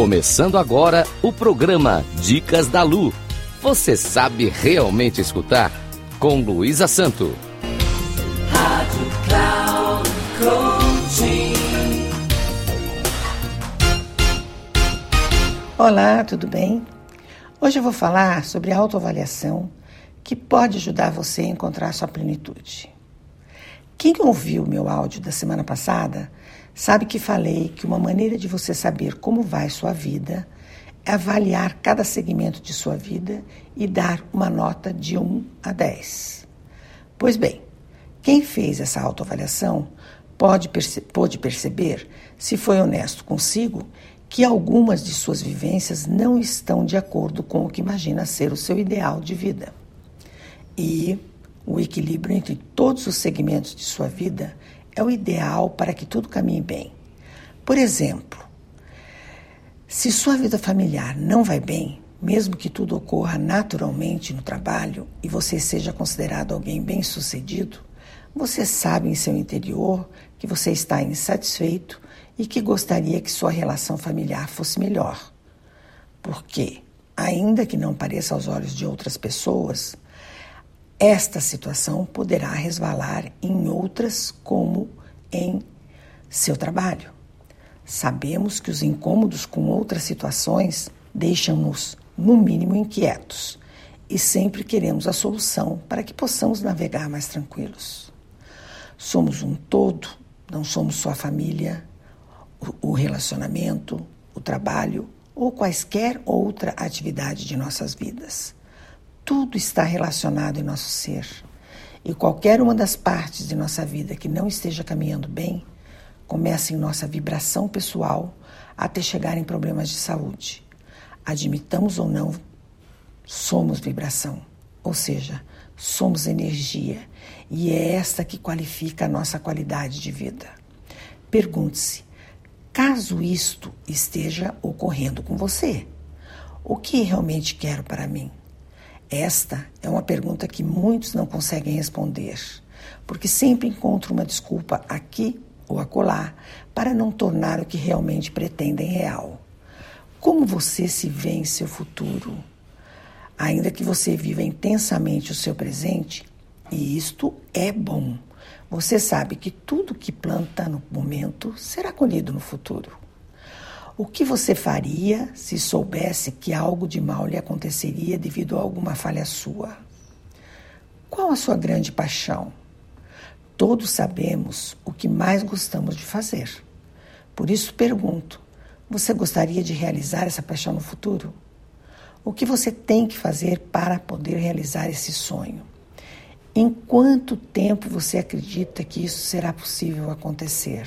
Começando agora o programa Dicas da Lu. Você sabe realmente escutar? Com Luísa Santo. Rádio Cloud Coaching. Olá, tudo bem? Hoje eu vou falar sobre autoavaliação que pode ajudar você a encontrar sua plenitude. Quem ouviu o meu áudio da semana passada sabe que falei que uma maneira de você saber como vai sua vida é avaliar cada segmento de sua vida e dar uma nota de 1 a 10. Pois bem, quem fez essa autoavaliação pôde perceber, se foi honesto consigo, que algumas de suas vivências não estão de acordo com o que imagina ser o seu ideal de vida. E o equilíbrio entre todos os segmentos de sua vida é o ideal para que tudo caminhe bem. Por exemplo, se sua vida familiar não vai bem, mesmo que tudo ocorra naturalmente no trabalho e você seja considerado alguém bem-sucedido, você sabe em seu interior que você está insatisfeito e que gostaria que sua relação familiar fosse melhor. Porque, ainda que não pareça aos olhos de outras pessoas, esta situação poderá resvalar em outras, como em seu trabalho. Sabemos que os incômodos com outras situações deixam-nos, no mínimo, inquietos e sempre queremos a solução para que possamos navegar mais tranquilos. Somos um todo, não somos só a família, o relacionamento, o trabalho ou quaisquer outra atividade de nossas vidas. Tudo está relacionado em nosso ser. E qualquer uma das partes de nossa vida que não esteja caminhando bem, começa em nossa vibração pessoal até chegar em problemas de saúde. Admitamos ou não, somos vibração, ou seja, somos energia, e é esta que qualifica a nossa qualidade de vida. Pergunte-se, caso isto esteja ocorrendo com você, o que realmente quero para mim? Esta é uma pergunta que muitos não conseguem responder, porque sempre encontram uma desculpa aqui ou acolá para não tornar o que realmente pretendem real. Como você se vê em seu futuro? Ainda que você viva intensamente o seu presente, e isto é bom, você sabe que tudo que planta no momento será colhido no futuro. O que você faria se soubesse que algo de mal lhe aconteceria devido a alguma falha sua? Qual a sua grande paixão? Todos sabemos o que mais gostamos de fazer. Por isso pergunto, você gostaria de realizar essa paixão no futuro? O que você tem que fazer para poder realizar esse sonho? Em quanto tempo você acredita que isso será possível acontecer?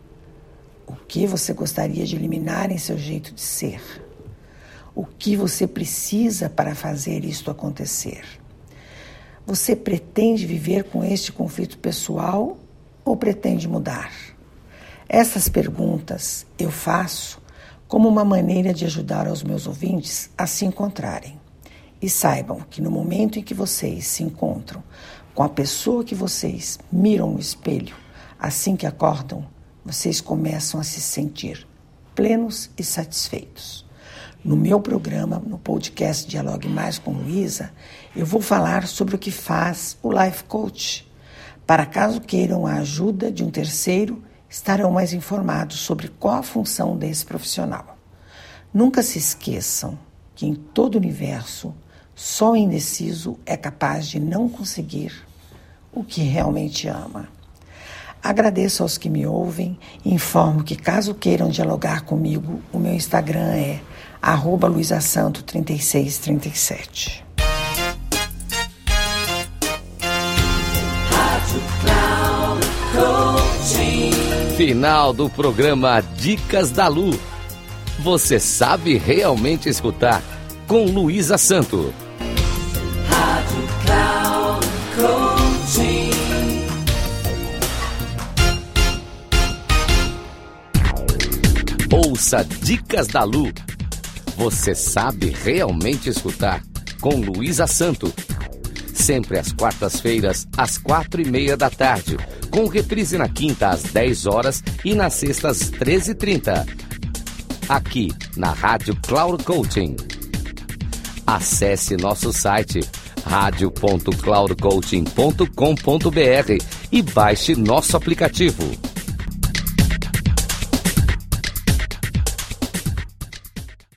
O que você gostaria de eliminar em seu jeito de ser? O que você precisa para fazer isto acontecer? Você pretende viver com este conflito pessoal ou pretende mudar? Essas perguntas eu faço como uma maneira de ajudar os meus ouvintes a se encontrarem. E saibam que no momento em que vocês se encontram com a pessoa que vocês miram no espelho, assim que acordam, vocês começam a se sentir plenos e satisfeitos. No meu programa, no podcast Dialogue Mais com Luísa, eu vou falar sobre o que faz o Life Coach. Para caso queiram a ajuda de um terceiro, estarão mais informados sobre qual a função desse profissional. Nunca se esqueçam que em todo o universo, só o indeciso é capaz de não conseguir o que realmente ama. Agradeço aos que me ouvem e informo que, caso queiram dialogar comigo, o meu Instagram é @luisasanto3637. Final do programa Dicas da Lu. Você sabe realmente escutar? Com Luísa Santo. Rádio Cloud Coaching. Ouça Dicas da Lu. Você sabe realmente escutar? Com Luísa Santo. Sempre às quartas-feiras, às 4:30 da tarde. Com reprise na quinta, às 10 horas e na sexta, às 13h30. aqui na Rádio Cloud Coaching. Acesse nosso site radio.cloudcoaching.com.br e baixe nosso aplicativo.